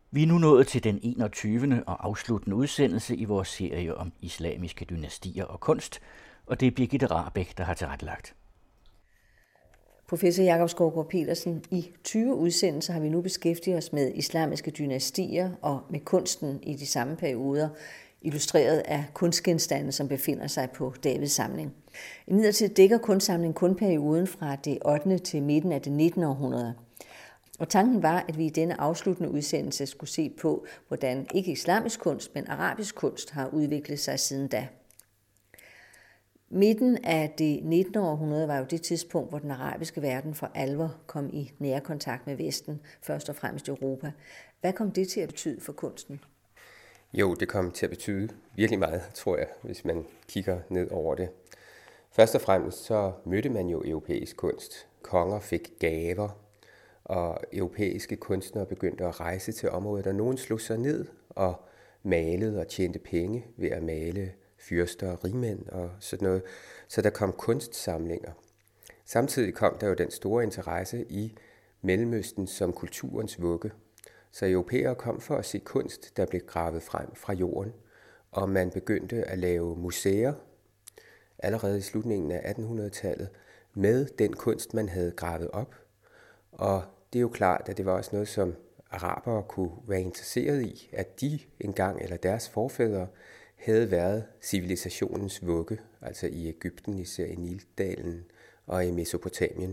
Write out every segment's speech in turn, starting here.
Vi er nu nået til den 21. og afsluttende udsendelse i vores serie om islamiske dynastier og kunst, og det er Birgitte Rahbek, der har tilrettelagt. Professor Jakob Skovgaard Petersen, i 20 udsendelser har vi nu beskæftiget os med islamiske dynastier og med kunsten i de samme perioder, illustreret af kunstgenstande, som befinder sig på Davids samling. Imidlertid dækker kunstsamlingen kun perioden fra det 8. til midten af det 19. århundrede. Og tanken var, at vi i denne afsluttende udsendelse skulle se på, hvordan ikke islamisk kunst, men arabisk kunst har udviklet sig siden da. Midten af det 19. århundrede var jo det tidspunkt, hvor den arabiske verden for alvor kom i nære kontakt med Vesten, først og fremmest Europa. Hvad kom det til at betyde for kunsten? Jo, det kom til at betyde virkelig meget, tror jeg, hvis man kigger ned over det. Først og fremmest så mødte man jo europæisk kunst. Konger fik gaver, og europæiske kunstnere begyndte at rejse til området, og nogen slog sig ned og malede og tjente penge ved at male fyrster og rigmænd og sådan noget. Så der kom kunstsamlinger. Samtidig kom der jo den store interesse i Mellemøsten som kulturens vugge. Så europæere kom for at se kunst, der blev gravet frem fra jorden, og man begyndte at lave museer allerede i slutningen af 1800-tallet med den kunst, man havde gravet op. Og det er jo klart, at det var også noget, som arabere kunne være interesseret i, at de engang, eller deres forfædre, havde været civilisationens vugge, altså i Egypten, især i Nildalen og i Mesopotamien.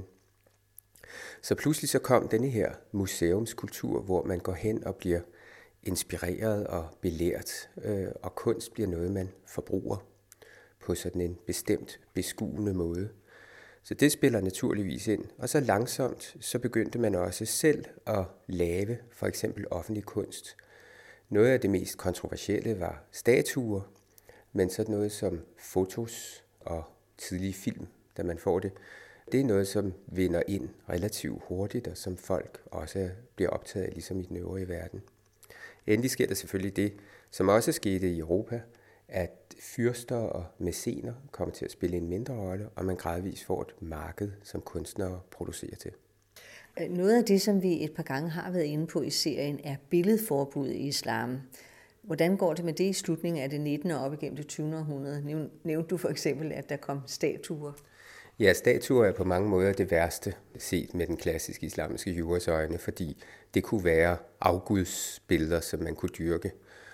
Så pludselig så kom denne her museumskultur, hvor man går hen og bliver inspireret og belært, og kunst bliver noget, man forbruger på sådan en bestemt beskuende måde. Så det spiller naturligvis ind. Og så langsomt, så begyndte man også selv at lave for eksempel offentlig kunst. Noget af det mest kontroversielle var statuer, men sådan noget som fotos og tidlige film, da man får det, det er noget, som vinder ind relativt hurtigt, og som folk også bliver optaget af, ligesom i den øvrige verden. Endelig sker der selvfølgelig det, som også skete i Europa, at fyrster og mæscener kommer til at spille en mindre rolle, og man gradvist får et marked, som kunstnere producerer til. Noget af det, som vi et par gange har været inde på i serien, er billedforbud i islam. Hvordan går det med det i slutningen af det 19. og op igennem det 20. århundrede? Nævnte du for eksempel, at der kom statuer? Ja, statuer er på mange måder det værste set med den klassiske islamiske jures øjne, fordi det kunne være afgudsbilleder, som man kunne dyrke.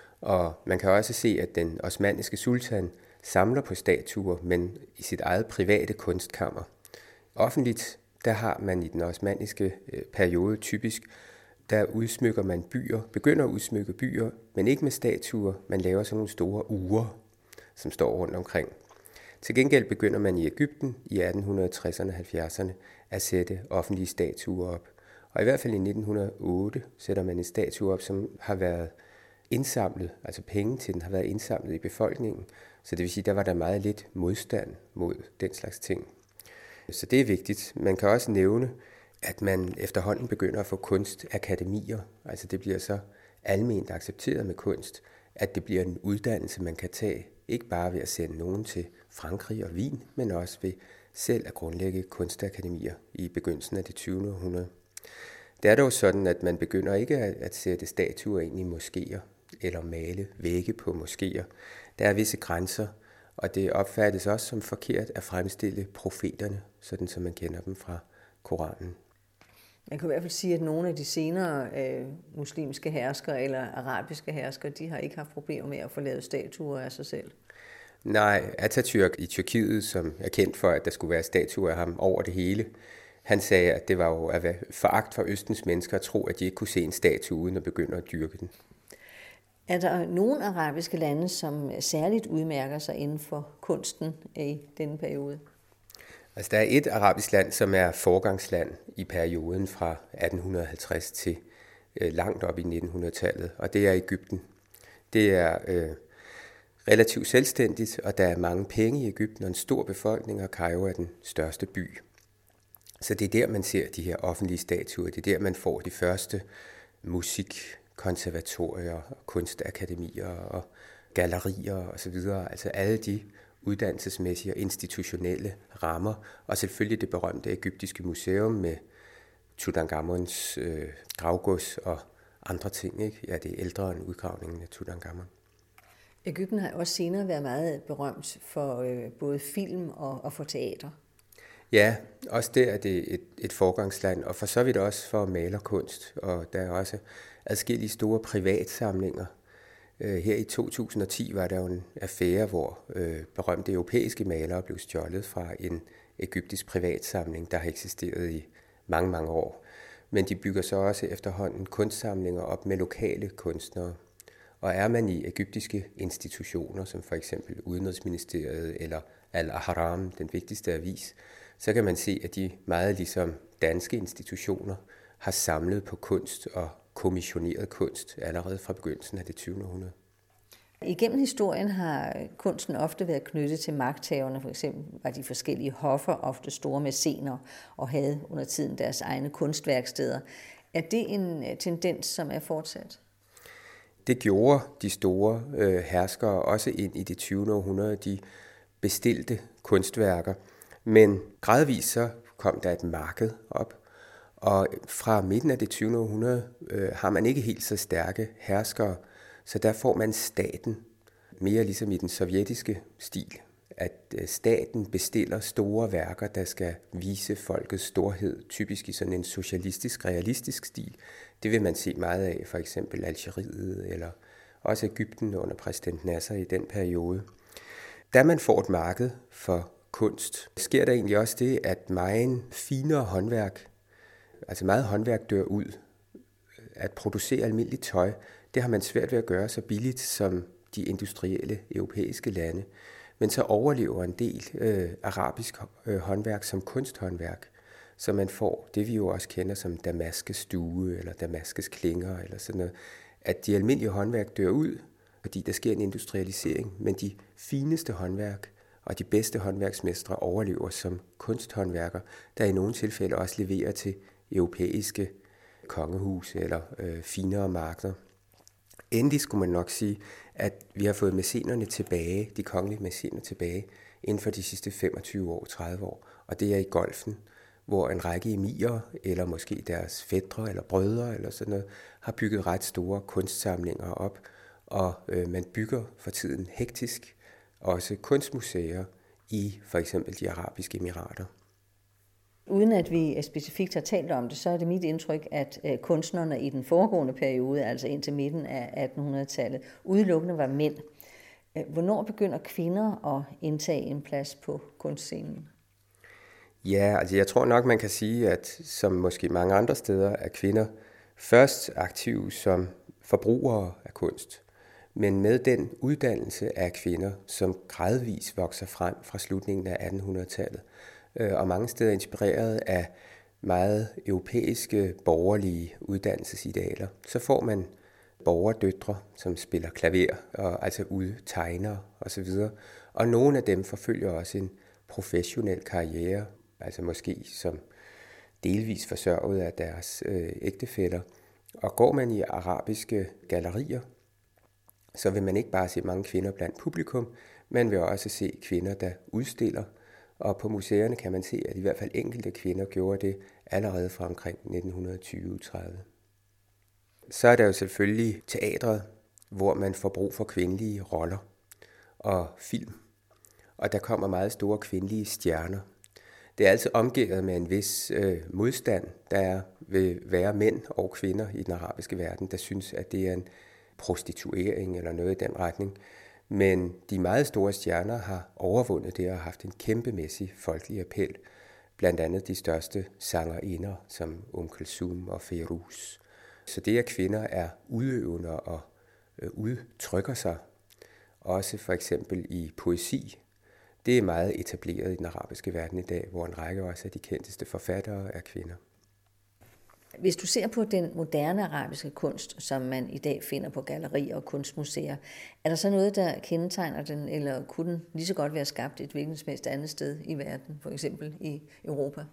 Og man kan også se, at den osmanniske sultan samler på statuer, men i sit eget private kunstkammer. Offentligt, der har man i den osmanniske periode typisk, der udsmykker man byer, begynder at udsmykke byer, men ikke med statuer. Man laver sådan nogle store ure, som står rundt omkring. Til gengæld begynder man i Egypten i 1860'erne og 70'erne at sætte offentlige statuer op. Og i hvert fald i 1908 sætter man en statue op, som har været indsamlet, altså penge til den har været indsamlet i befolkningen. Så det vil sige, der var der meget lidt modstand mod den slags ting. Så det er vigtigt. Man kan også nævne, at man efterhånden begynder at få kunstakademier. Altså det bliver så alment accepteret med kunst, at det bliver en uddannelse, man kan tage, ikke bare ved at sende nogen til Frankrig og Wien, men også ved selv at grundlægge kunstakademier i begyndelsen af det 20. århundrede. Det er dog sådan, at man begynder ikke at sætte statuer ind i moskéer eller male vægge på moskéer. Der er visse grænser, og det opfattes også som forkert at fremstille profeterne, sådan som man kender dem fra Koranen. Man kan i hvert fald sige, at nogle af de senere muslimske herskere eller arabiske herskere, de har ikke haft problemer med at få lavet statuer af sig selv. Nej, Atatürk i Tyrkiet, som er kendt for, at der skulle være statuer af ham over det hele, han sagde, at det var jo at være foragt for Østens mennesker at tro, at de ikke kunne se en statue uden at begynde at dyrke den. Er der nogle arabiske lande, som særligt udmærker sig inden for kunsten i denne periode? Altså, der er et arabisk land, som er forgangsland i perioden fra 1850 til langt op i 1900-tallet, og det er Egypten. Det er relativt selvstændigt, og der er mange penge i Egypten og en stor befolkning, og Kairo er den største by. Så det er der, man ser de her offentlige statuer. Det er der, man får de første musikkonservatorier, kunstakademier og gallerier osv. Altså alle de uddannelsesmæssige og institutionelle rammer, og selvfølgelig det berømte egyptiske museum med Tutankhamons gravgods og andre ting. Ikke? Ja, det er ældre end udgravningen af Tutankhamon. Egypten har også senere været meget berømt for både film og for teater. Ja, også der er det et forgangsland, og for så vidt også for malerkunst, og der er også adskillige store privatsamlinger. Her i 2010 var der jo en affære, hvor berømte europæiske malere blev stjålet fra en egyptisk privatsamling, der har eksisteret i mange, mange år. Men de bygger så også efterhånden kunstsamlinger op med lokale kunstnere. Og er man i egyptiske institutioner, som for eksempel Udenrigsministeriet eller Al-Ahram, den vigtigste avis, så kan man se, at de meget ligesom danske institutioner har samlet på kunst og kommissioneret kunst allerede fra begyndelsen af det 20. århundrede. Igennem historien har kunsten ofte været knyttet til magthaverne. For eksempel var de forskellige hoffer ofte store mæcener og havde under tiden deres egne kunstværksteder. Er det en tendens, som er fortsat? Det gjorde de store herskere også ind i det 20. århundrede. De bestilte kunstværker, men gradvist så kom der et marked op, og fra midten af det 20. århundrede har man ikke helt så stærke herskere, så der får man staten, mere ligesom i den sovjetiske stil, at staten bestiller store værker, der skal vise folkets storhed, typisk i sådan en socialistisk, realistisk stil. Det vil man se meget af, for eksempel Algeriet eller også Egypten under præsident Nasser i den periode. Da man får et marked for kunst, sker der egentlig også det, at meget finere håndværk, altså meget håndværk dør ud. At producere almindeligt tøj, det har man svært ved at gøre så billigt som de industrielle europæiske lande. Men så overlever en del arabisk håndværk som kunsthåndværk, så man får det, vi jo også kender som Damaskus due eller Damaskus klinger eller sådan noget, at de almindelige håndværk dør ud, fordi der sker en industrialisering, men de fineste håndværk og de bedste håndværksmestre overlever som kunsthåndværker, der i nogle tilfælde også leverer til europæiske kongehus eller finere markeder. Endelig skulle man nok sige, at vi har fået mæcenerne tilbage, de kongelige mæcener tilbage, inden for de sidste 25 år, 30 år. Og det er i Golfen, hvor en række emirer, eller måske deres fætre eller brødre eller sådan noget, har bygget ret store kunstsamlinger op. Og man bygger for tiden hektisk også kunstmuseer i for eksempel de arabiske emirater. Uden at vi specifikt har talt om det, så er det mit indtryk, at kunstnerne i den foregående periode, altså indtil midten af 1800-tallet, udelukkende var mænd. Hvornår begynder kvinder at indtage en plads på kunstscenen? Ja, altså jeg tror nok, man kan sige, at som måske mange andre steder, er kvinder først aktive som forbrugere af kunst. Men med den uddannelse af kvinder, som gradvis vokser frem fra slutningen af 1800-tallet, og mange steder inspireret af meget europæiske borgerlige uddannelsesidealer, så får man borgerdøtre, som spiller klaver og altså udtegner osv. Og nogle af dem forfølger også en professionel karriere, altså måske som delvis forsørget af deres ægtefæller. Og går man i arabiske gallerier, så vil man ikke bare se mange kvinder blandt publikum, man vil også se kvinder, der udstiller. Og på museerne kan man se, at i hvert fald enkelte kvinder gjorde det allerede fra omkring 1920-30. Så er der jo selvfølgelig teatret, hvor man får brug for kvindelige roller og film. Og der kommer meget store kvindelige stjerner. Det er altså omgivet med en vis modstand, der vil være mænd og kvinder i den arabiske verden, der synes, at det er en prostituering eller noget i den retning. Men de meget store stjerner har overvundet det og haft en kæmpemæssig folkelig appel. Blandt andet de største sangerinder som Kulthum og Fairuz. Så det, at kvinder er udøvende og udtrykker sig, også for eksempel i poesi, det er meget etableret i den arabiske verden i dag, hvor en række også af de kendteste forfattere er kvinder. Hvis du ser på den moderne arabiske kunst, som man i dag finder på gallerier og kunstmuseer, er der så noget, der kendetegner den, eller kunne den lige så godt være skabt et hvilket som helst andet sted i verden, for eksempel i Europa?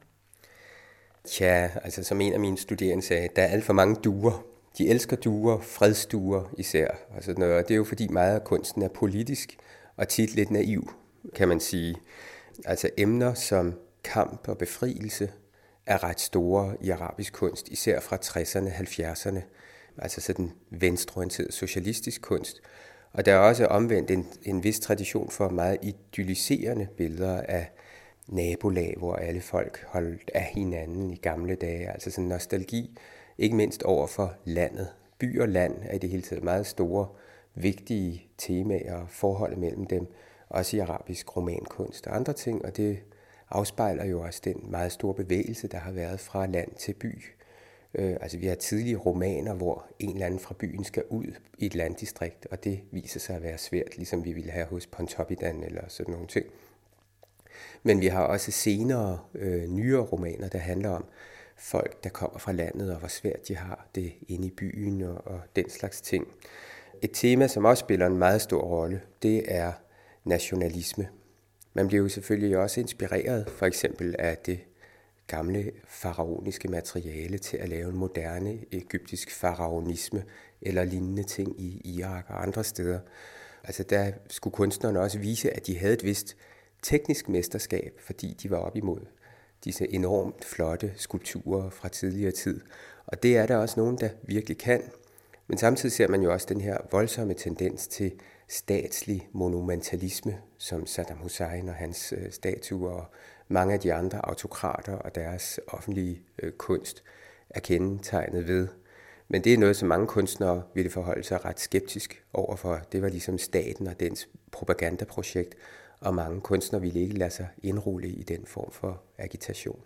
Tja, altså som en af mine studerende sagde, der er alt for mange duer. De elsker duer, fredsduer især, og sådan noget. Og det er jo fordi meget af kunsten er politisk og tit lidt naiv, kan man sige. Altså emner som kamp og befrielse er ret store i arabisk kunst, især fra 60'erne, 70'erne. altså sådan venstreorienteret socialistisk kunst. Og der er også omvendt en vis tradition for meget idylliserende billeder af nabolag, hvor alle folk holdt af hinanden i gamle dage. Altså sådan nostalgi, ikke mindst over for landet. By og land er i det hele taget meget store, vigtige temaer og forholdet mellem dem, også i arabisk romankunst og andre ting, og det afspejler jo også den meget store bevægelse, der har været fra land til by. Altså vi har tidlige romaner, hvor en eller anden fra byen skal ud i et landdistrikt, og det viser sig at være svært, ligesom vi ville have hos Pontoppidan eller sådan nogle ting. Men vi har også senere, nyere romaner, der handler om folk, der kommer fra landet, og hvor svært de har det inde i byen og den slags ting. Et tema, som også spiller en meget stor rolle, det er nationalisme. Man bliver jo selvfølgelig også inspireret, for eksempel af det gamle faraoniske materiale til at lave en moderne egyptisk faraonisme eller lignende ting i Irak og andre steder. Altså der skulle kunstnerne også vise, at de havde et vist teknisk mesterskab, fordi de var op imod disse enormt flotte skulpturer fra tidligere tid. Og det er der også nogen, der virkelig kan. Men samtidig ser man jo også den her voldsomme tendens til statslig monumentalisme, som Saddam Hussein og hans statuer og mange af de andre autokrater og deres offentlige kunst er kendetegnet ved. Men det er noget, som mange kunstnere ville forholde sig ret skeptisk overfor. Det var ligesom staten og dens propagandaprojekt, og mange kunstnere ville ikke lade sig indrulle i den form for agitation.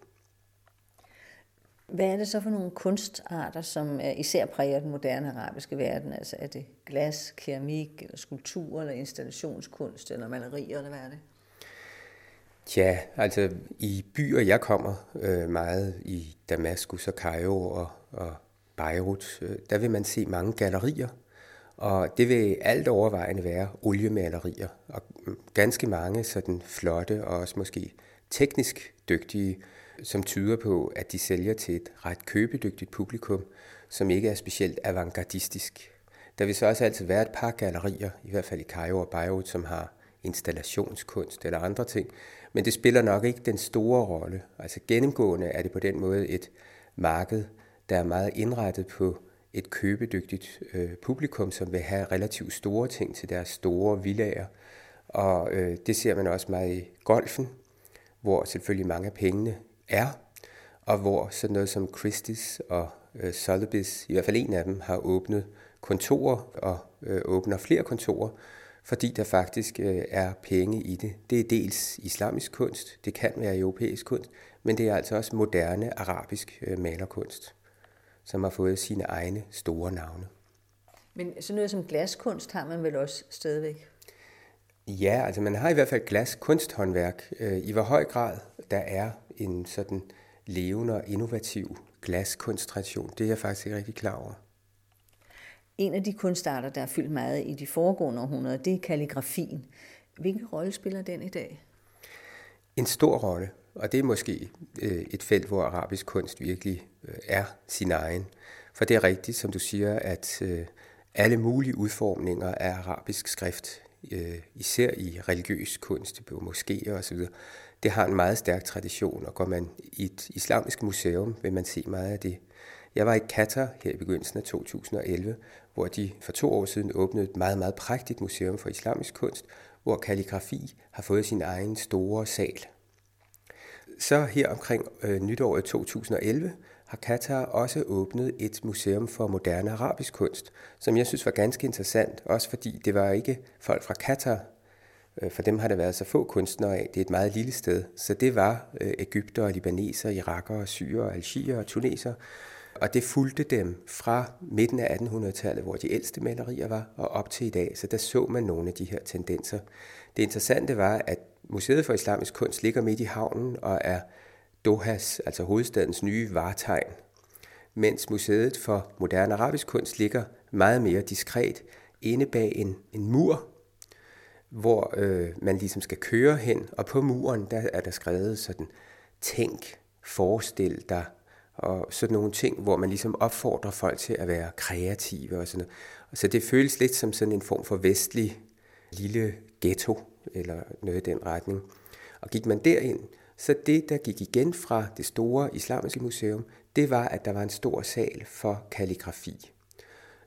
Hvad er det så for nogle kunstarter, som især præger den moderne arabiske verden? Altså er det glas, keramik, eller skulptur, eller installationskunst, eller malerier, eller hvad er det? Ja, altså i byer, jeg kommer meget i Damaskus og Kairo og Beirut, der vil man se mange gallerier, og det vil alt overvejende være oliemalerier, og ganske mange sådan flotte og også måske teknisk dygtige, som tyder på, at de sælger til et ret købedygtigt publikum, som ikke er specielt avantgardistisk. Der vil så også altid være et par gallerier, i hvert fald i Kairo og Beirut, som har installationskunst eller andre ting, men det spiller nok ikke den store rolle. Altså gennemgående er det på den måde et marked, der er meget indrettet på et købedygtigt publikum, som vil have relativt store ting til deres store villager. Og det ser man også meget i golfen, hvor selvfølgelig mange af pengene er, og hvor sådan noget som Christie's og Sotheby's, i hvert fald en af dem, har åbnet kontorer og åbner flere kontorer, fordi der faktisk er penge i det. Det er dels islamisk kunst, det kan være europæisk kunst, men det er altså også moderne arabisk malerkunst, som har fået sine egne store navne. Men sådan noget som glaskunst har man vel også stadigvæk? Ja, altså man har i hvert fald glaskunsthåndværk. I hvor høj grad der er en sådan levende og innovativ glaskunsttradition, det er jeg faktisk ikke rigtig klar over. En af de kunstarter, der er fyldt meget i de foregående århundreder, det er kalligrafien. Hvilken rolle spiller den i dag? En stor rolle, og det er måske et felt, hvor arabisk kunst virkelig er sin egen. For det er rigtigt, som du siger, at alle mulige udformninger af arabisk skrift, især i religiøs kunst, på moskéer osv., det har en meget stærk tradition, og går man i et islamisk museum, vil man se meget af det. Jeg var i Katar her i begyndelsen af 2011, hvor de for 2 år siden åbnede et meget, meget prægtigt museum for islamisk kunst, hvor kalligrafi har fået sin egen store sal. Så her omkring nytåret 2011 har Katar også åbnet et museum for moderne arabisk kunst, som jeg synes var ganske interessant, også fordi det var ikke folk fra Katar. For dem har der været så få kunstnere af. Det er et meget lille sted. Så det var egyptere, libaneser, irakere, syrere, algeriere og tunesere. Og det fulgte dem fra midten af 1800-tallet, hvor de ældste malerier var, og op til i dag. Så der så man nogle af de her tendenser. Det interessante var, at Museet for Islamisk Kunst ligger midt i havnen og er Dohas, altså hovedstadens nye vartegn. Mens Museet for Moderne Arabisk Kunst ligger meget mere diskret inde bag en mur, hvor man ligesom skal køre hen, og på muren der er der skrevet sådan, tænk, forestil dig, og sådan nogle ting, hvor man ligesom opfordrer folk til at være kreative og sådan noget. Og så det føles lidt som sådan en form for vestlig lille ghetto, eller noget i den retning. Og gik man derind, så det, der gik igen fra det store islamiske museum, det var, at der var en stor sal for kalligrafi.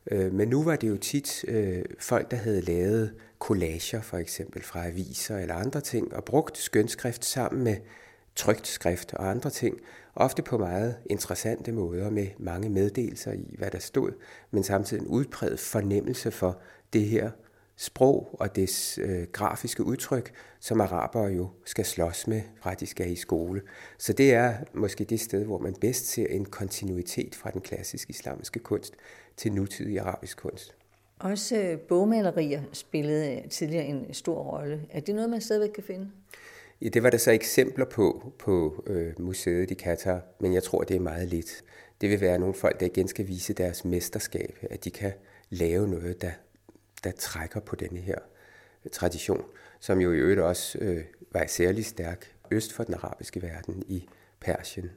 Men nu var det jo tit folk, der havde lavet collager for eksempel fra aviser eller andre ting, og brugt skønskrift sammen med trykt skrift og andre ting, ofte på meget interessante måder med mange meddelelser i, hvad der stod, men samtidig en udpræget fornemmelse for det her sprog og dets grafiske udtryk, som arabere jo skal slås med, fra de skal i skole. Så det er måske det sted, hvor man bedst ser en kontinuitet fra den klassiske islamiske kunst til nutidig arabisk kunst. Også bogmalerier spillede tidligere en stor rolle. Er det noget, man stadigvæk kan finde? Ja, det var der så eksempler på museet i Katar, men jeg tror, det er meget lidt. Det vil være nogle folk, der igen skal vise deres mesterskab, at de kan lave noget, der trækker på denne her tradition, som jo i øvrigt også var særlig stærk øst for den arabiske verden i Persien.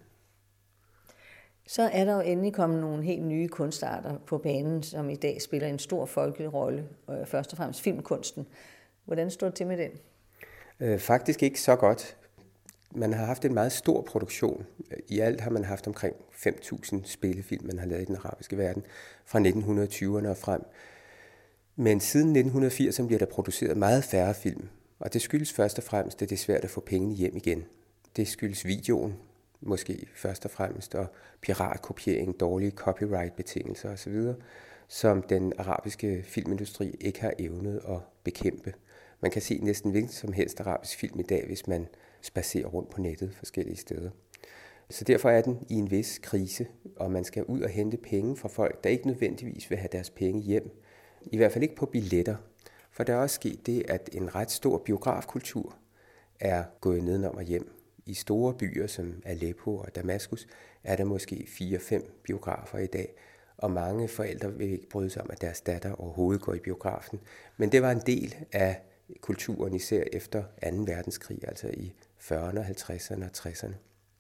Så er der jo endelig kommet nogle helt nye kunstarter på banen, som i dag spiller en stor folkelig rolle, først og fremmest filmkunsten. Hvordan står det til med den? Faktisk ikke så godt. Man har haft en meget stor produktion. I alt har man haft omkring 5.000 spillefilm, man har lavet i den arabiske verden, fra 1920'erne og frem. Men siden 1980'erne bliver der produceret meget færre film, og det skyldes først og fremmest, at det er svært at få pengene hjem igen. Det skyldes videoen, måske først og fremmest, og piratkopiering, dårlige copyright-betingelser osv., som den arabiske filmindustri ikke har evnet at bekæmpe. Man kan se næsten hvilken som helst arabisk film i dag, hvis man spacerer rundt på nettet forskellige steder. Så derfor er den i en vis krise, og man skal ud og hente penge fra folk, der ikke nødvendigvis vil have deres penge hjem. I hvert fald ikke på billetter. For der er også sket det, at en ret stor biografkultur er gået nedenom og hjem. I store byer som Aleppo og Damaskus er der måske 4-5 biografer i dag, og mange forældre vil ikke bryde sig om, at deres datter overhovedet går i biografen. Men det var en del af kulturen, især efter 2. verdenskrig, altså i 40'erne, 50'erne og 60'erne.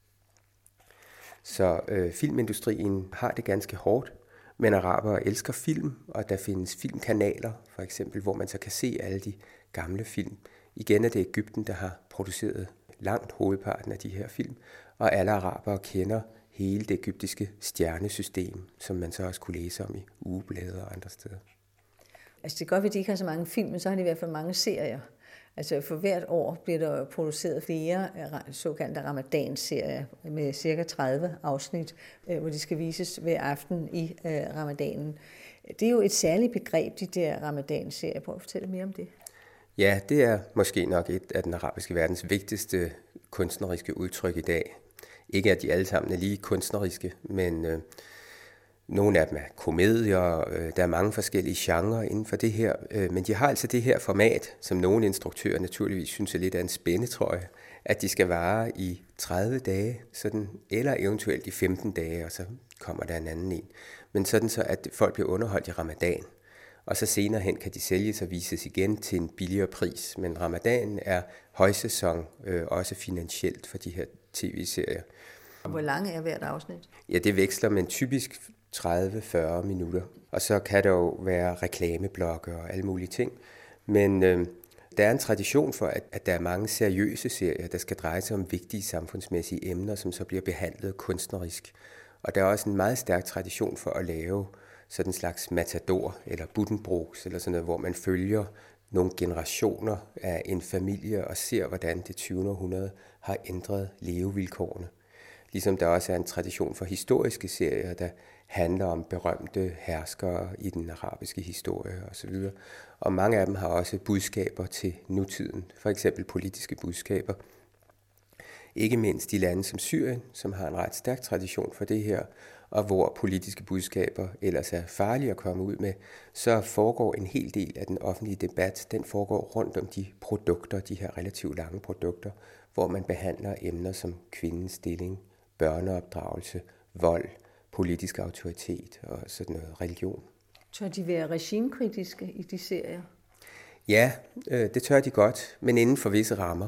Så filmindustrien har det ganske hårdt, men arabere elsker film, og der findes filmkanaler, for eksempel, hvor man så kan se alle de gamle film. Igen er det Egypten, der har produceret langt hovedparten af de her film, og alle arabere kender hele det egyptiske stjernesystem, som man så også kunne læse om i ugeblade og andre steder. Altså det er godt, at de ikke har så mange film, men så har de i hvert fald mange serier. Altså for hvert år bliver der produceret flere såkaldte Ramadan-serier med cirka 30 afsnit, hvor de skal vises hver aften i ramadanen. Det er jo et særligt begreb, de der Ramadan-serier. Prøv at fortælle mere om det. Ja, det er måske nok et af den arabiske verdens vigtigste kunstneriske udtryk i dag. Ikke at de alle sammen er lige kunstneriske, men nogle af dem er komedier, der er mange forskellige genrer inden for det her, men de har altså det her format, som nogle instruktører naturligvis synes er lidt af en spændetrøje, at de skal vare i 30 dage, sådan, eller eventuelt i 15 dage, og så kommer der en anden en. Men sådan så, at folk bliver underholdt i ramadan, og så senere hen kan de sælges og vises igen til en billigere pris. Men ramadanen er højsæson, også finansielt for de her tv-serier. Og hvor lang er hvert afsnit? Ja, det veksler, men typisk 30-40 minutter. Og så kan der jo være reklameblokke og alle mulige ting. Men der er en tradition for, at der er mange seriøse serier, der skal dreje sig om vigtige samfundsmæssige emner, som så bliver behandlet kunstnerisk. Og der er også en meget stærk tradition for at lave sådan en slags matador eller Buddenbrooks, eller sådan noget, hvor man følger nogle generationer af en familie og ser, hvordan det 20. århundrede har ændret levevilkårene. Ligesom der også er en tradition for historiske serier, der handler om berømte herskere i den arabiske historie osv. Og mange af dem har også budskaber til nutiden, for eksempel politiske budskaber. Ikke mindst i lande som Syrien, som har en ret stærk tradition for det her, og hvor politiske budskaber ellers er farlige at komme ud med, så foregår en hel del af den offentlige debat, den foregår rundt om de produkter, de her relativt lange produkter, hvor man behandler emner som kvindens stilling, børneopdragelse, vold, politisk autoritet og sådan noget religion. Tør de være regimekritiske i de serier? Ja, det tør de godt, men inden for visse rammer.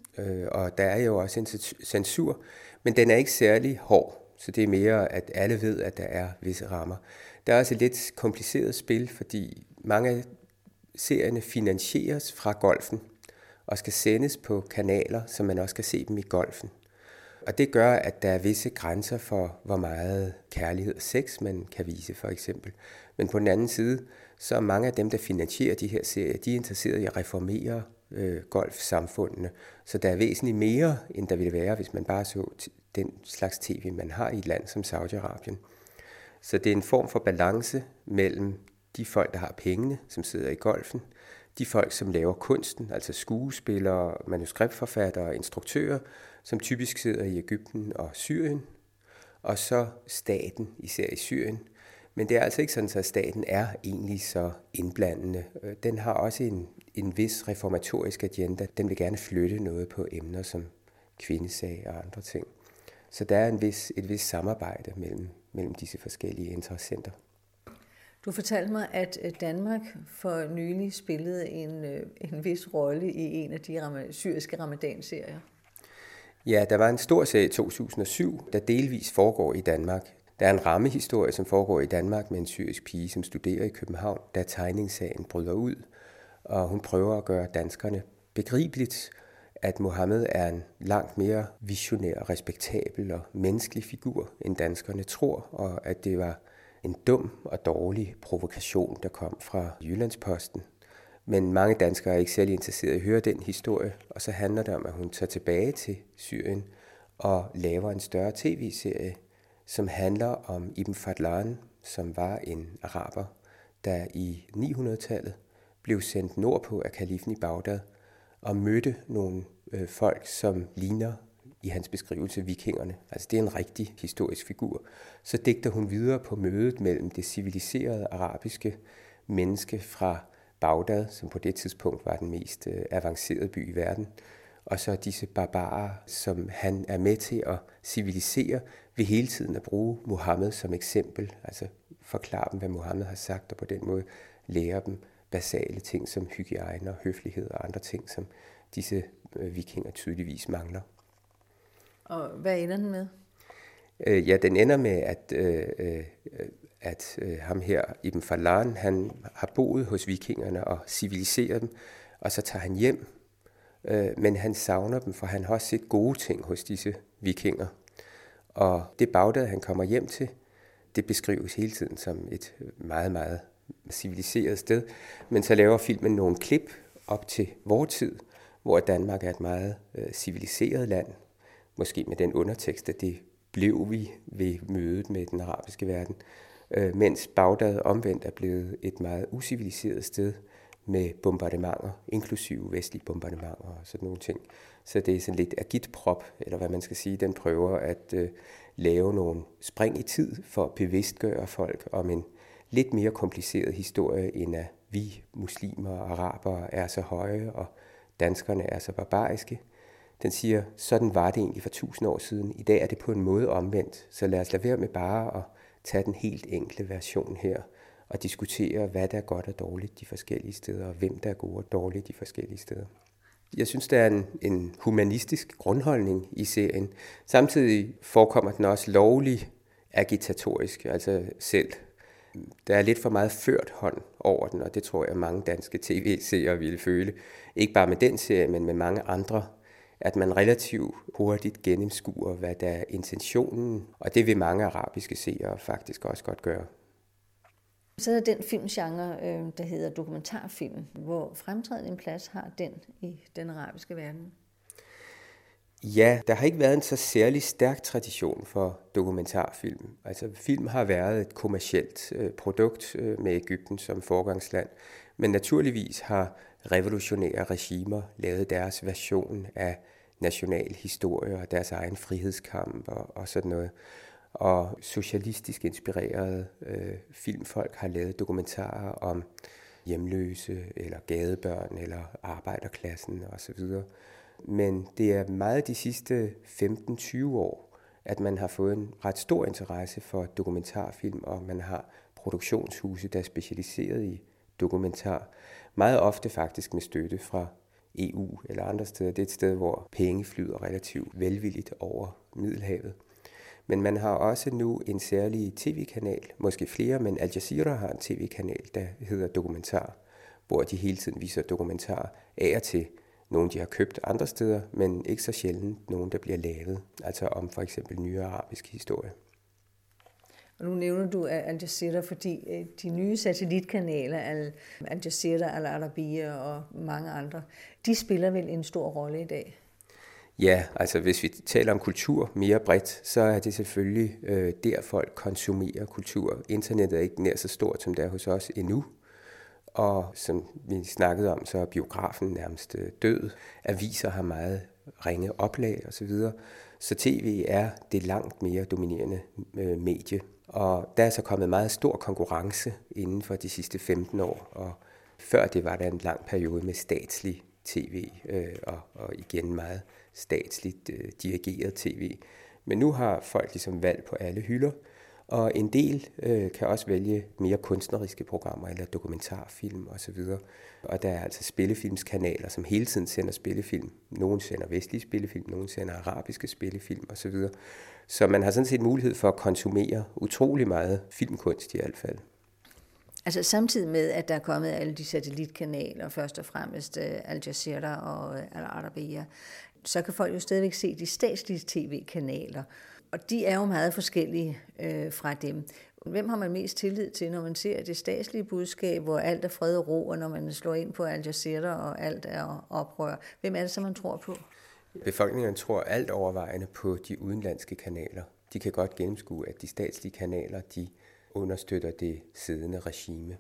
Og der er jo også en censur, men den er ikke særlig hård. Så det er mere, at alle ved, at der er visse rammer. Der er også et lidt kompliceret spil, fordi mange af serierne finansieres fra golfen og skal sendes på kanaler, så man også kan se dem i golfen. Og det gør, at der er visse grænser for, hvor meget kærlighed og sex man kan vise, for eksempel. Men på den anden side, så er mange af dem, der finansierer de her serier, de er interesserede i at reformere golfsamfundene. Så der er væsentligt mere, end der ville være, hvis man bare så den slags tv, man har i et land som Saudi-Arabien. Så det er en form for balance mellem de folk, der har pengene, som sidder i golfen, de folk, som laver kunsten, altså skuespillere, manuskriptforfattere og instruktører, som typisk sidder i Egypten og Syrien, og så staten, især i Syrien. Men det er altså ikke sådan, at staten er egentlig så indblandende. Den har også en vis reformatorisk agenda. Den vil gerne flytte noget på emner som kvindesag og andre ting. Så der er et vis samarbejde mellem disse forskellige interessenter. Du fortalte mig, at Danmark for nylig spillede en vis rolle i en af de syriske ramadanserier. Ja, der var en stor serie i 2007, der delvis foregår i Danmark. Der er en rammehistorie, som foregår i Danmark med en syrisk pige, som studerer i København, da tegningssagen bryder ud, og hun prøver at gøre danskerne begribeligt, at Mohammed er en langt mere visionær, respektabel og menneskelig figur, end danskerne tror, og at det var en dum og dårlig provokation, der kom fra Jyllandsposten. Men mange danskere er ikke særlig interesserede i at høre den historie, og så handler det om, at hun tager tilbage til Syrien og laver en større tv-serie, som handler om Ibn Fadlan, som var en araber, der i 900-tallet blev sendt nordpå af kalifen i Bagdad og mødte nogle folk, som ligner i hans beskrivelse vikingerne. Altså det er en rigtig historisk figur. Så digter hun videre på mødet mellem det civiliserede arabiske menneske fra Bagdad, som på det tidspunkt var den mest avancerede by i verden, og så disse barbarer, som han er med til at civilisere ved hele tiden at bruge Mohammed som eksempel, altså forklare dem, hvad Mohammed har sagt, og på den måde lære dem basale ting som hygiejne og høflighed og andre ting, som disse vikinger tydeligvis mangler. Og hvad ender den med? Ja, den ender med, at ham her, Ibn Fadlan, han har boet hos vikingerne og civiliseret dem, og så tager han hjem, men han savner dem, for han har også set gode ting hos disse vikinger. Og det Bagdad, han kommer hjem til, det beskrives hele tiden som et meget, meget civiliseret sted, men så laver filmen nogle klip op til vor tid, hvor Danmark er et meget civiliseret land, måske med den undertekst, at det blev vi ved mødet med den arabiske verden, mens Bagdad omvendt er blevet et meget uciviliseret sted med bombardementer, inklusive vestlige bombardementer og sådan nogle ting. Så det er sådan lidt agitprop, eller hvad man skal sige, den prøver at lave nogle spring i tid for at bevidstgøre folk om en lidt mere kompliceret historie, end at vi muslimer og arabere er så høje, og danskerne er så barbariske. Den siger, sådan var det egentlig for 1000 år siden. I dag er det på en måde omvendt, så lad os lade være med bare at tage den helt enkle version her, og diskutere, hvad der er godt og dårligt de forskellige steder, og hvem der er gode og dårlige de forskellige steder. Jeg synes, der er en humanistisk grundholdning i serien. Samtidig forekommer den også lovlig agitatorisk, altså selv. Der er lidt for meget ført hånd over den, og det tror jeg, mange danske tv-seere ville føle. Ikke bare med den serie, men med mange andre, at man relativt hurtigt gennemskuer, hvad der er intentionen, og det vil mange arabiske seere faktisk også godt gøre. Så er der den filmgenre, der hedder dokumentarfilm. Hvor fremtrædende en plads har den i den arabiske verden? Ja, der har ikke været en så særlig stærk tradition for dokumentarfilm. Altså film har været et kommercielt produkt med Egypten som foregangsland, men naturligvis har revolutionære regimer lavet deres version af national historie og deres egen frihedskamp og sådan noget. Og socialistisk inspirerede filmfolk har lavet dokumentarer om hjemløse eller gadebørn eller arbejderklassen osv. Men det er meget de sidste 15-20 år, at man har fået en ret stor interesse for dokumentarfilm, og man har produktionshuse, der er specialiseret i dokumentar. Meget ofte faktisk med støtte fra EU eller andre steder. Det er et sted, hvor penge flyder relativt velvilligt over Middelhavet. Men man har også nu en særlig tv-kanal, måske flere, men Al Jazeera har en tv-kanal, der hedder Dokumentar, hvor de hele tiden viser dokumentarer af og til. Nogle, de har købt andre steder, men ikke så sjældent nogen, der bliver lavet, altså om for eksempel nyere arabisk historie. Og nu nævner du Al Jazeera, fordi de nye satellitkanaler, Al Jazeera, Al Arabiya og mange andre, de spiller vel en stor rolle i dag? Ja, altså hvis vi taler om kultur mere bredt, så er det selvfølgelig der folk konsumerer kultur. Internettet er ikke nær så stort, som det er hos os endnu. Og som vi snakkede om, så er biografen nærmest død. Aviser har meget ringe oplag osv. Så tv er det langt mere dominerende medie. Og der er så kommet meget stor konkurrence inden for de sidste 15 år. Og før det var der en lang periode med statslig tv og igen meget statsligt dirigeret tv. Men nu har folk ligesom valgt på alle hylder. Og en del kan også vælge mere kunstneriske programmer eller dokumentarfilm osv. Og der er altså spillefilmskanaler, som hele tiden sender spillefilm. Nogle sender vestlige spillefilm, nogle sender arabiske spillefilm osv. Så man har sådan set mulighed for at konsumere utrolig meget filmkunst i hvert fald. Altså samtidig med, at der er kommet alle de satellitkanaler, først og fremmest Al Jazeera og Al Arabiya, så kan folk jo stadigvæk se de statslige tv-kanaler. Og de er jo meget forskellige fra dem. Hvem har man mest tillid til, når man ser det statslige budskab, hvor alt er fred og ro, og når man slår ind på Al Jazeera, og alt er oprør? Hvem er det, som man tror på? Befolkningen tror alt overvejende på de udenlandske kanaler. De kan godt gennemskue, at de statslige kanaler, de understøtter det siddende regime.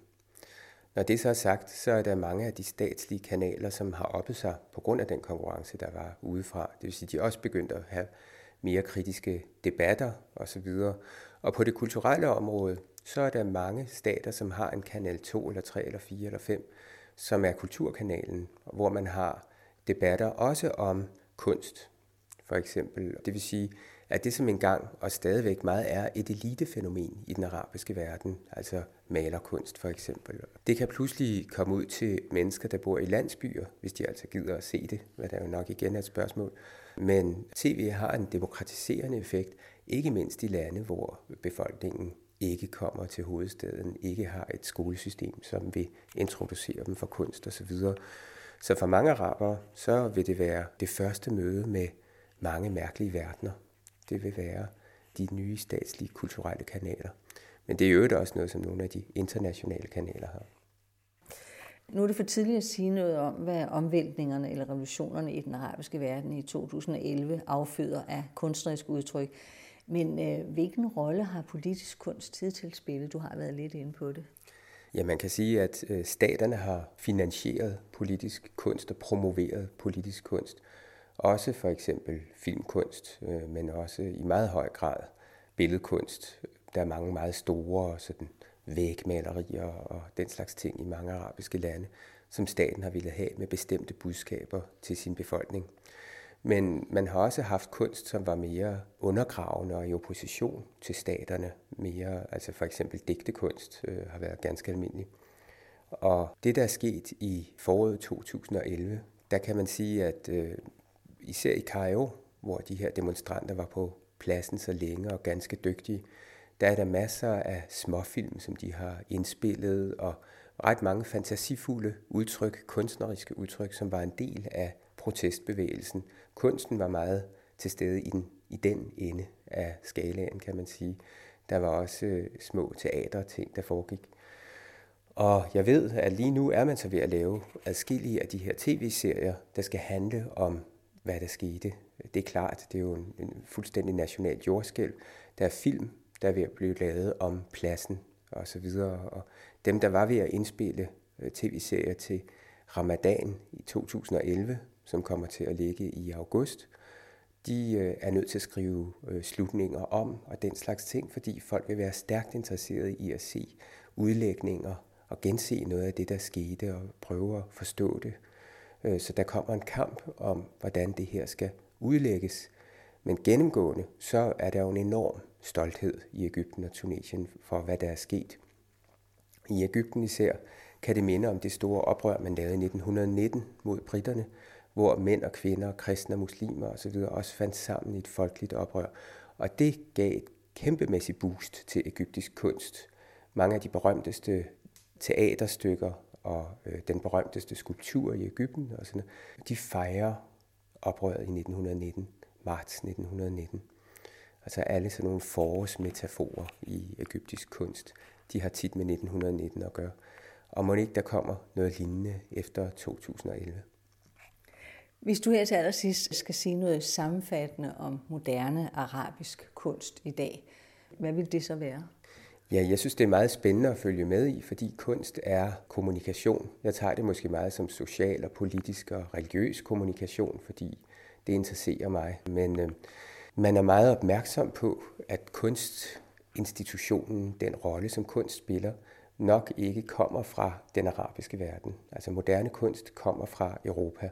Når det så er sagt, så er der mange af de statslige kanaler, som har oppet sig på grund af den konkurrence, der var udefra. Det vil sige, at de også begyndte at have mere kritiske debatter osv. Og på det kulturelle område, så er der mange stater, som har en kanal 2 eller 3 eller 4 eller 5, som er kulturkanalen, hvor man har debatter også om kunst, for eksempel. Det vil sige, at det som engang og stadigvæk meget er et elitefænomen i den arabiske verden, altså malerkunst for eksempel. Det kan pludselig komme ud til mennesker, der bor i landsbyer, hvis de altså gider at se det, hvad der jo nok igen er et spørgsmål. Men tv har en demokratiserende effekt, ikke mindst i lande, hvor befolkningen ikke kommer til hovedstaden, ikke har et skolesystem, som vil introducere dem for kunst osv. Så for mange arabere, så vil det være det første møde med mange mærkelige verdener. Det vil være de nye statslige kulturelle kanaler. Men det er jo også noget, som nogle af de internationale kanaler har. Nu er det for tidligt at sige noget om, hvad omvæltningerne eller revolutionerne i den arabiske verden i 2011 afføder af kunstnerisk udtryk. Men hvilken rolle har politisk kunst tid til at spille? Du har været lidt inde på det. Ja, man kan sige, at staterne har finansieret politisk kunst og promoveret politisk kunst. Også for eksempel filmkunst, men også i meget høj grad billedkunst. Der er mange meget store sådan vægmalerier og den slags ting i mange arabiske lande, som staten har ville have med bestemte budskaber til sin befolkning. Men man har også haft kunst, som var mere undergravende og i opposition til staterne. Mere, altså for eksempel digtekunst har været ganske almindelig. Og det, der er sket i foråret 2011, der kan man sige, at især i Kairo, hvor de her demonstranter var på pladsen så længe og ganske dygtige, der er der masser af småfilm, som de har indspillet, og ret mange fantasifulde udtryk, kunstneriske udtryk, som var en del af protestbevægelsen. Kunsten var meget til stede i den ende af skalaen, kan man sige. Der var også små teaterting, der foregik. Og jeg ved, at lige nu er man så ved at lave adskillige af de her tv-serier, der skal handle om, hvad der skete. Det er klart, det er jo en fuldstændig nationalt jordskælv. Der er film, der er ved at blive lavet om pladsen og så videre. Og dem, der var ved at indspille tv-serier til Ramadan i 2011, som kommer til at ligge i august, de er nødt til at skrive slutninger om og den slags ting, fordi folk vil være stærkt interesserede i at se udlægninger og gense noget af det, der skete og prøve at forstå det. Så der kommer en kamp om, hvordan det her skal udlægges. Men gennemgående, så er der jo en enorm stolthed i Egypten og Tunesien for, hvad der er sket. I Egypten især kan det minde om det store oprør, man lavede i 1919 mod briterne, hvor mænd og kvinder, kristne og muslimer osv. også fandt sammen i et folkeligt oprør. Og det gav et kæmpemæssigt boost til egyptisk kunst. Mange af de berømteste teaterstykker og den berømteste skulptur i Egypten og sådan noget, de fejrer oprøret i 1919, marts 1919. Altså alle sådan nogle forårsmetaforer i egyptisk kunst, de har tit med 1919 at gøre. Og må ikke der kommer noget lignende efter 2011. Hvis du her til allersidst skal sige noget sammenfattende om moderne arabisk kunst i dag, hvad vil det så være? Ja, jeg synes, det er meget spændende at følge med i, fordi kunst er kommunikation. Jeg tager det måske meget som social og politisk og religiøs kommunikation, fordi det interesserer mig. Men man er meget opmærksom på, at kunstinstitutionen, den rolle som kunst spiller, nok ikke kommer fra den arabiske verden. Altså moderne kunst kommer fra Europa,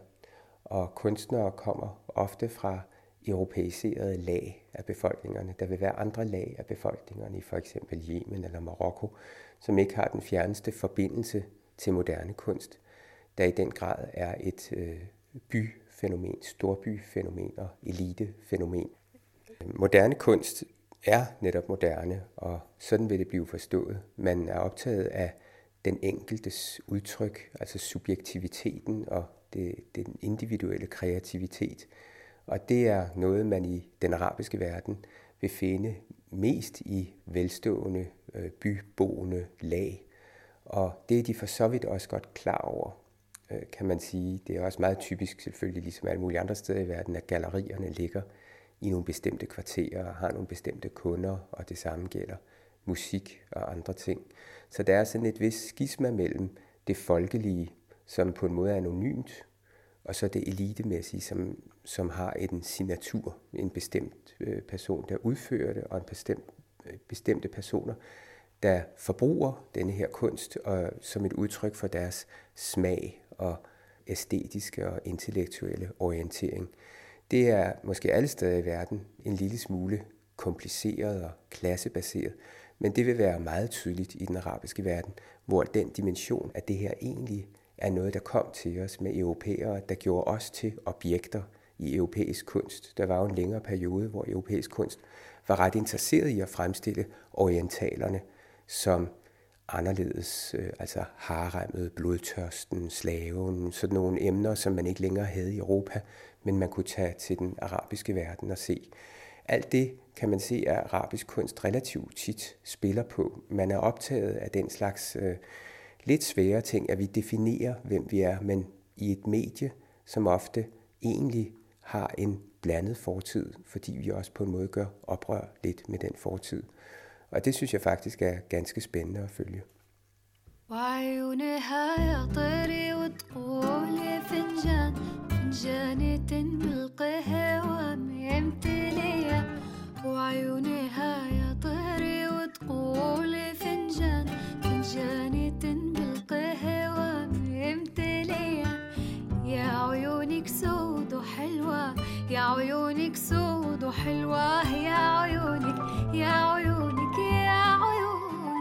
og kunstnere kommer ofte fra europæiserede lag af befolkningerne. Der vil være andre lag af befolkningerne i for eksempel Yemen eller Marokko, som ikke har den fjerneste forbindelse til moderne kunst, der i den grad er et byfænomen, storbyfænomen og elitefænomen. Moderne kunst er netop moderne, og sådan vil det blive forstået. Man er optaget af den enkeltes udtryk, altså subjektiviteten og den individuelle kreativitet. Og det er noget, man i den arabiske verden vil finde mest i velstående, byboende lag. Og det er de for så vidt også godt klar over, kan man sige. Det er også meget typisk, selvfølgelig ligesom alle mulige andre steder i verden, at gallerierne ligger i nogle bestemte kvarterer og har nogle bestemte kunder, og det samme gælder musik og andre ting. Så der er sådan et vist skisma mellem det folkelige, som på en måde er anonymt, og så det elitemæssige, som har en signatur, en bestemt person, der udfører det, og en bestemte personer, der forbruger denne her kunst og som et udtryk for deres smag og æstetiske og intellektuelle orientering. Det er måske alle steder i verden en lille smule kompliceret og klassebaseret, men det vil være meget tydeligt i den arabiske verden, hvor den dimension af det her egentlig er noget, der kom til os med europæere, der gjorde os til objekter i europæisk kunst. Der var jo en længere periode, hvor europæisk kunst var ret interesseret i at fremstille orientalerne som anderledes, altså haremmet, blodtørsten, slaven, sådan nogle emner, som man ikke længere havde i Europa, men man kunne tage til den arabiske verden og se. Alt det kan man se, at arabisk kunst relativt tit spiller på. Man er optaget af den slags lidt svære ting, at vi definerer, hvem vi er, men i et medie, som ofte egentlig har en blandet fortid, fordi vi også på en måde gør oprør lidt med den fortid. Og det synes jeg faktisk er ganske spændende at følge. وعيونها يا طيري وتقولي فنجان فنجاني بالقهوة ممتلية وعيونها يا طيري وتقولي فنجان فنجاني بالقهوة ممتلية يا عيونك سود وحلوة يا عيونك سود وحلوة يا عيونك يا عيونك يا عيونك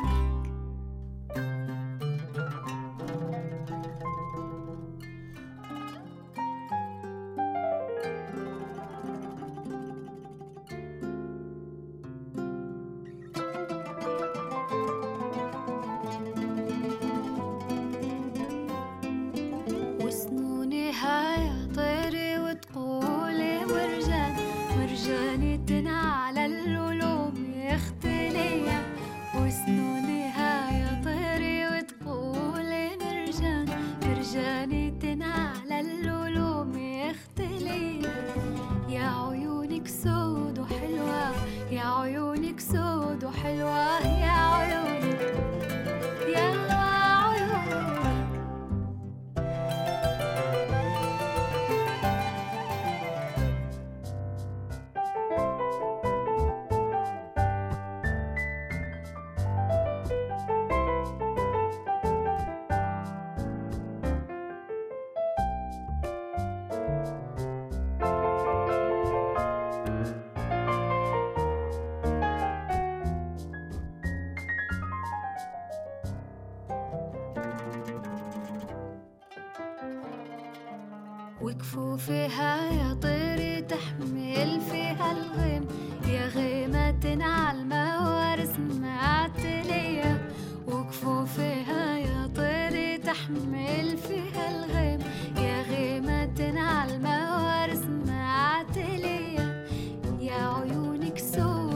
وكفوفها يا طيري تحمل فيها الغيم يا غيمة عالموارد سمعت ليا وكفوفها يا طيري تحمل فيها الغيم يا غيمة عالموارد سمعت ليا يا عيونك سود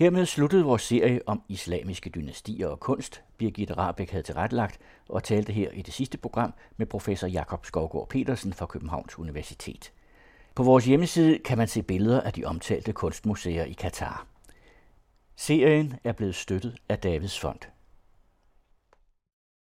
Hermed sluttede vores serie om islamiske dynastier og kunst. Birgitte Rahbek havde tilrettelagt og talte her i det sidste program med professor Jakob Skovgaard Petersen fra Københavns Universitet. På vores hjemmeside kan man se billeder af de omtalte kunstmuseer i Katar. Serien er blevet støttet af Davids Fond.